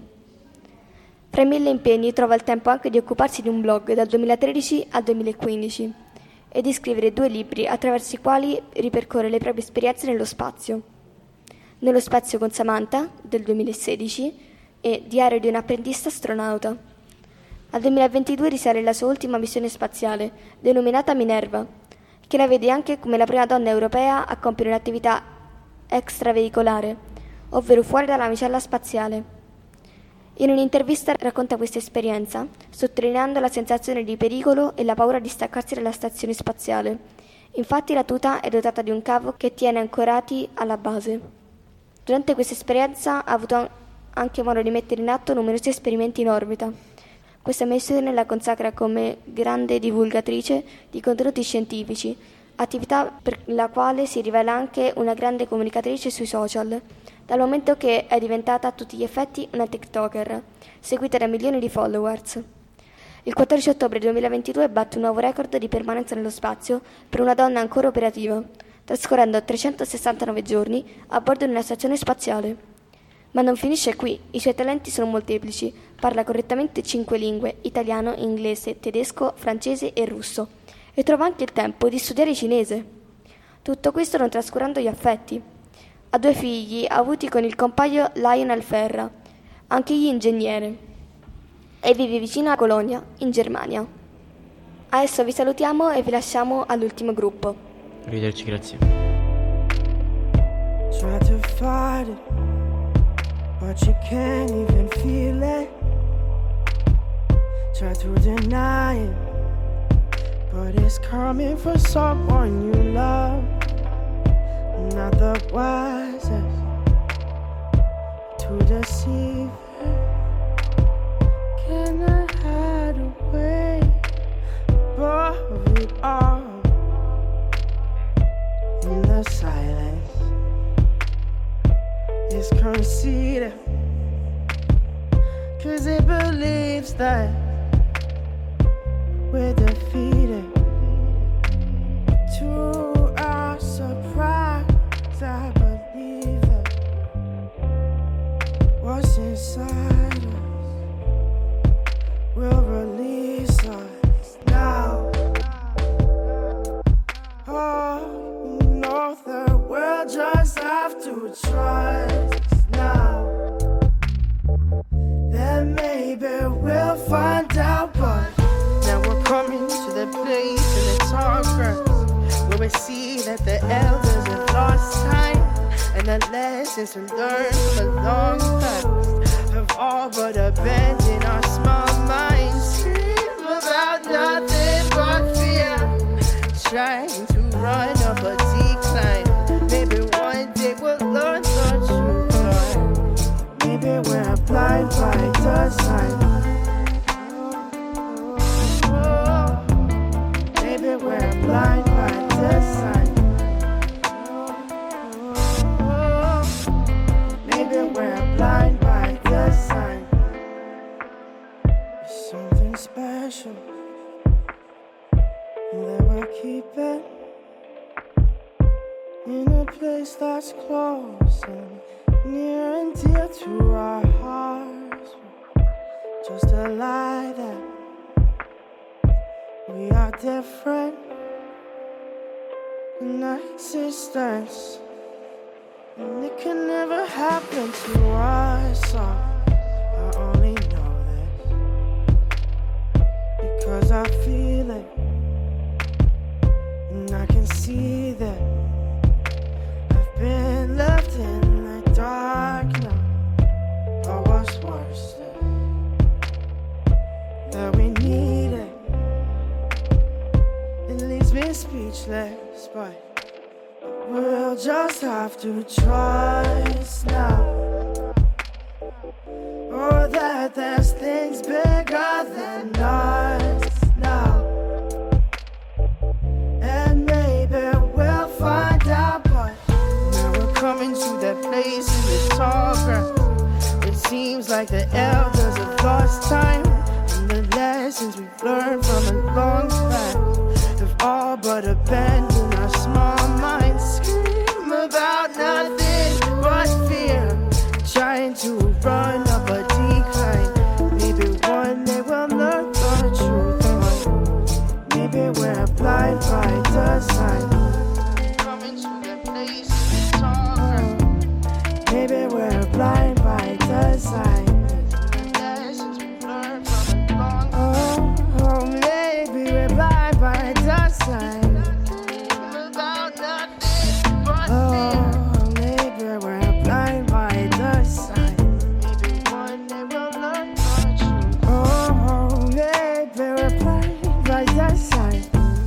Fra i mille impegni trova il tempo anche di occuparsi di un blog dal duemilatredici al duemilaquindici e di scrivere due libri attraverso i quali ripercorre le proprie esperienze nello spazio. Nello spazio con Samantha, del duemilasedici, e Diario di un apprendista astronauta. Al duemilaventidue risale la sua ultima missione spaziale, denominata Minerva, che la vede anche come la prima donna europea a compiere un'attività extraveicolare, ovvero fuori dalla navicella spaziale. In un'intervista racconta questa esperienza, sottolineando la sensazione di pericolo e la paura di staccarsi dalla stazione spaziale. Infatti la tuta è dotata di un cavo che tiene ancorati alla base. Durante questa esperienza ha avuto anche modo di mettere in atto numerosi esperimenti in orbita. Questa missione la consacra come grande divulgatrice di contenuti scientifici, attività per la quale si rivela anche una grande comunicatrice sui social, dal momento che è diventata a tutti gli effetti una TikToker, seguita da milioni di followers. Il quattordici ottobre duemilaventidue batte un nuovo record di permanenza nello spazio per una donna ancora operativa, trascorrendo trecentosessantanove giorni a bordo di una stazione spaziale. Ma non finisce qui, i suoi talenti sono molteplici, parla correttamente cinque lingue, italiano, inglese, tedesco, francese e russo, e trova anche il tempo di studiare cinese. Tutto questo non trascurando gli affetti. Ha due figli avuti con il compagno Lionel Ferra, anch'egli ingegnere, e vive vicino a Colonia, in Germania. Adesso vi salutiamo e vi lasciamo all'ultimo gruppo. Arrivederci, grazie. Try to fight it, but you can't even feel it. Try to deny it, What is coming for someone you love? Not the wisest to deceive her. Can I hide away above it all? In the silence is conceited, 'cause it believes that we're defeated. To our surprise, I believe that what's inside us will release us now. Oh, no, the world just have to trust now. Then maybe we'll find out, but now we're coming to the place in the tall grass where we see that the elders have lost time, and the lessons to learn from a long past have all but abandoned our small minds. Scream about nothing but fear, trying to run up a decline. Maybe one day we'll learn the truth, Lord. Maybe we're blind by design. Maybe we're blind by design. Maybe we're blind by design. There's something special that we're keeping in a place that's close and near and dear to our hearts. Just a lie that we are different in our existence, and it can never happen to us. So I only know this because I feel it, and I can see that I've been left in the dark now. Or what's worse, that we need it. It leaves me speechless, but we'll just have to trust now. Oh, that there's things bigger than us now. And maybe we'll find out, but now we're coming to that place in the tall grass. It seems like the elders have lost time, and the lessons we've learned from a long past have all but abandoned our small minds. Scream about nothing but fear, trying to run up a decline. Maybe one day we'll learn the truth, but maybe we're blind by design. Coming to the place in the tall grass. Maybe we're blind by design. Lessons we've learned from a long time. Oh, oh, maybe we're blind by design. About nothing but oh, maybe we're blind by design. Maybe one day we'll learn the truth. Oh, maybe we're blind by design.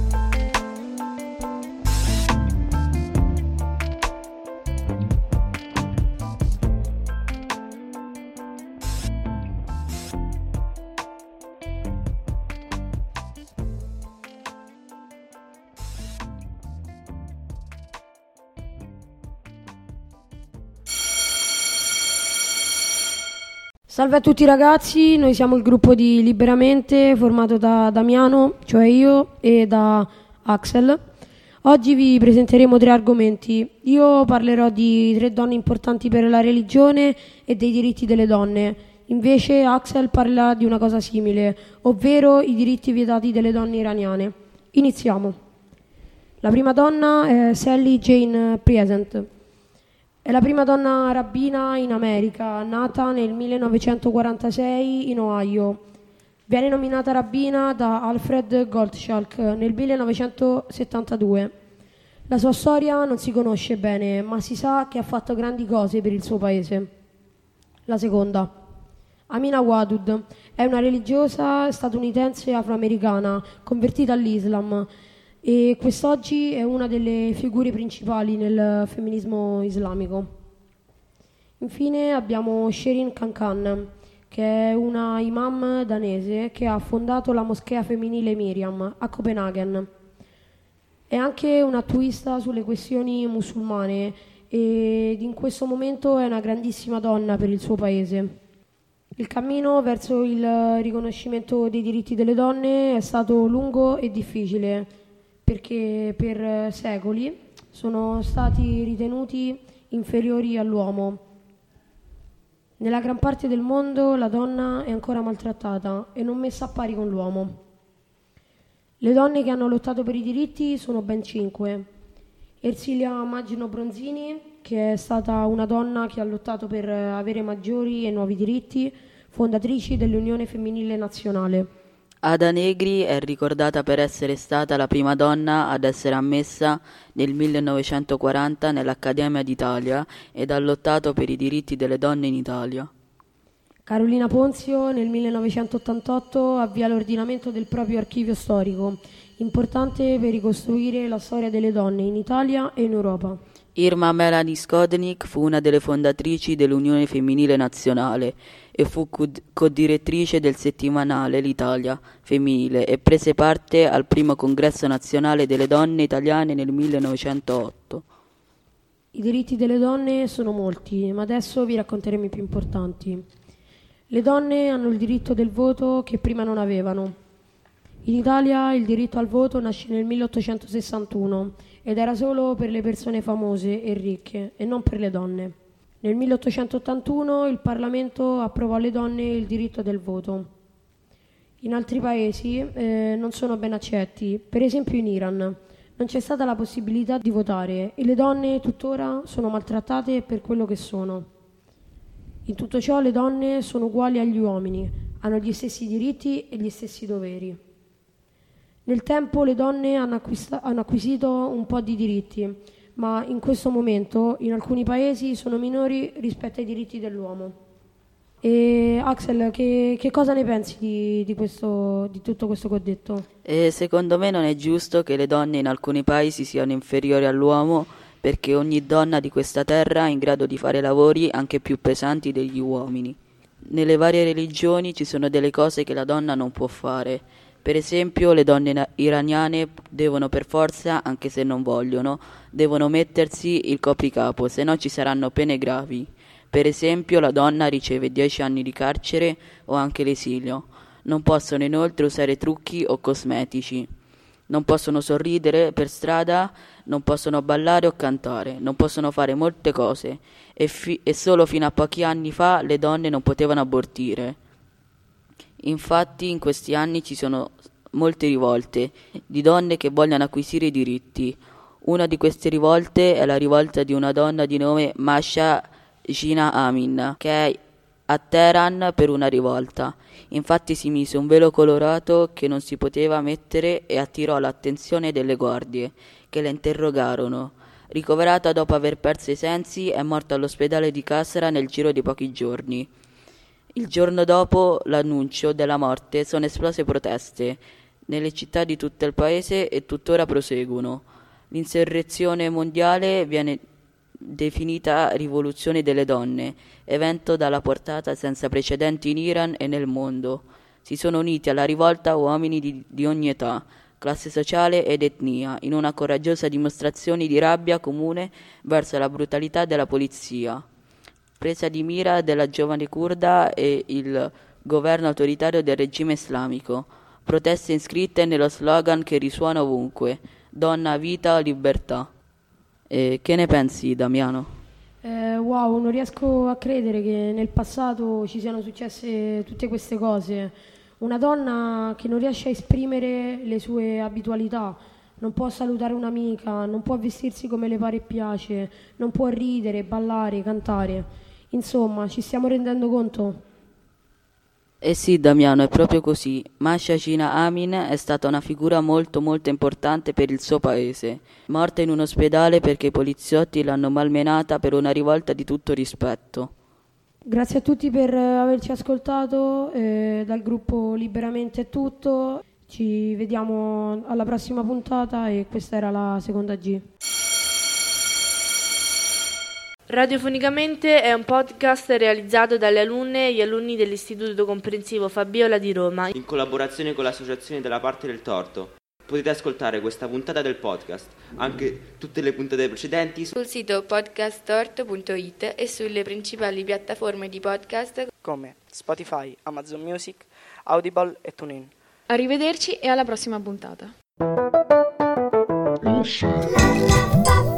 Salve a tutti ragazzi, noi siamo il gruppo di Liberamente formato da Damiano, cioè io, e da Axel. Oggi vi presenteremo tre argomenti. Io parlerò di tre donne importanti per la religione e dei diritti delle donne. Invece Axel parlerà di una cosa simile, ovvero i diritti vietati delle donne iraniane. Iniziamo. La prima donna è Sally Jane Priesent. È la prima donna rabbina in America, nata nel millenovecentoquarantasei in Ohio. Viene nominata rabbina da Alfred Gottschalk nel millenovecentosettantadue. La sua storia non si conosce bene, ma si sa che ha fatto grandi cose per il suo paese. La seconda. Amina Wadud è una religiosa statunitense afroamericana convertita all'Islam e quest'oggi è una delle figure principali nel femminismo islamico. Infine abbiamo Sherin Khankan, che è una imam danese che ha fondato la moschea femminile Miriam a Copenaghen. È anche un'attivista sulle questioni musulmane ed in questo momento è una grandissima donna per il suo paese. Il cammino verso il riconoscimento dei diritti delle donne è stato lungo e difficile perché per secoli sono stati ritenuti inferiori all'uomo. Nella gran parte del mondo la donna è ancora maltrattata e non messa a pari con l'uomo. Le donne che hanno lottato per i diritti sono ben cinque. Ersilia Maggino Bronzini, che è stata una donna che ha lottato per avere maggiori e nuovi diritti, fondatrici dell'Unione Femminile Nazionale. Ada Negri è ricordata per essere stata la prima donna ad essere ammessa nel millenovecentoquaranta nell'Accademia d'Italia ed ha lottato per i diritti delle donne in Italia. Carolina Ponzio nel millenovecentottantotto avvia l'ordinamento del proprio archivio storico, importante per ricostruire la storia delle donne in Italia e in Europa. Irma Melanie Skodnik fu una delle fondatrici dell'Unione Femminile Nazionale e fu co-direttrice del settimanale L'Italia Femminile e prese parte al primo congresso nazionale delle donne italiane nel millenovecentootto. I diritti delle donne sono molti, ma adesso vi racconteremo i più importanti. Le donne hanno il diritto del voto che prima non avevano. In Italia il diritto al voto nasce nel milleottocentosessantuno ed era solo per le persone famose e ricche e non per le donne. Nel milleottocentottantuno il Parlamento approvò alle donne il diritto del voto. In altri paesi eh, non sono ben accetti, per esempio in Iran non c'è stata la possibilità di votare e le donne tuttora sono maltrattate per quello che sono. In tutto ciò le donne sono uguali agli uomini, hanno gli stessi diritti e gli stessi doveri. Nel tempo le donne hanno, acquista- hanno acquisito un po' di diritti, ma in questo momento in alcuni paesi sono minori rispetto ai diritti dell'uomo. E Axel, che, che cosa ne pensi di, di, questo, di tutto questo che ho detto? E secondo me non è giusto che le donne in alcuni paesi siano inferiori all'uomo, perché ogni donna di questa terra è in grado di fare lavori anche più pesanti degli uomini. Nelle varie religioni ci sono delle cose che la donna non può fare. Per esempio, le donne iraniane devono per forza, anche se non vogliono, devono mettersi il copricapo, se no ci saranno pene gravi. Per esempio, la donna riceve dieci anni di carcere o anche l'esilio. Non possono inoltre usare trucchi o cosmetici. Non possono sorridere per strada, non possono ballare o cantare, non possono fare molte cose e, fi- e solo fino a pochi anni fa le donne non potevano abortire. Infatti in questi anni ci sono molte rivolte di donne che vogliono acquisire i diritti. Una di queste rivolte è la rivolta di una donna di nome Masha Jina Amin, che è a Teheran per una rivolta. Infatti si mise un velo colorato che non si poteva mettere e attirò l'attenzione delle guardie, che la interrogarono. Ricoverata dopo aver perso i sensi, è morta all'ospedale di Kasra nel giro di pochi giorni. Il giorno dopo l'annuncio della morte sono esplose proteste nelle città di tutto il paese e tuttora proseguono. L'insurrezione mondiale viene definita rivoluzione delle donne, evento dalla portata senza precedenti in Iran e nel mondo. Si sono uniti alla rivolta uomini di, di ogni età, classe sociale ed etnia, in una coraggiosa dimostrazione di rabbia comune verso la brutalità della polizia, presa di mira della giovane curda e il governo autoritario del regime islamico. Proteste iscritte nello slogan che risuona ovunque: donna, vita, libertà. E che ne pensi, Damiano? Eh, wow, non riesco a credere che nel passato ci siano successe tutte queste cose. Una donna che non riesce a esprimere le sue abitualità, non può salutare un'amica, non può vestirsi come le pare e piace, non può ridere, ballare, cantare. Insomma, ci stiamo rendendo conto? Eh sì, Damiano, è proprio così. Masha Jina Amin è stata una figura molto molto importante per il suo paese, morta in un ospedale perché i poliziotti l'hanno malmenata per una rivolta di tutto rispetto. Grazie a tutti per averci ascoltato, eh, dal gruppo Liberamente è tutto, ci vediamo alla prossima puntata e questa era la seconda G. Radiofonicamente è un podcast realizzato dalle alunne e gli alunni dell'Istituto Comprensivo Fabiola di Roma in collaborazione con l'associazione della Parte del Torto. Potete ascoltare questa puntata del podcast, anche tutte le puntate precedenti sul sito podcast torto punto it e sulle principali piattaforme di podcast come Spotify, Amazon Music, Audible e TuneIn. Arrivederci e alla prossima puntata. Oh,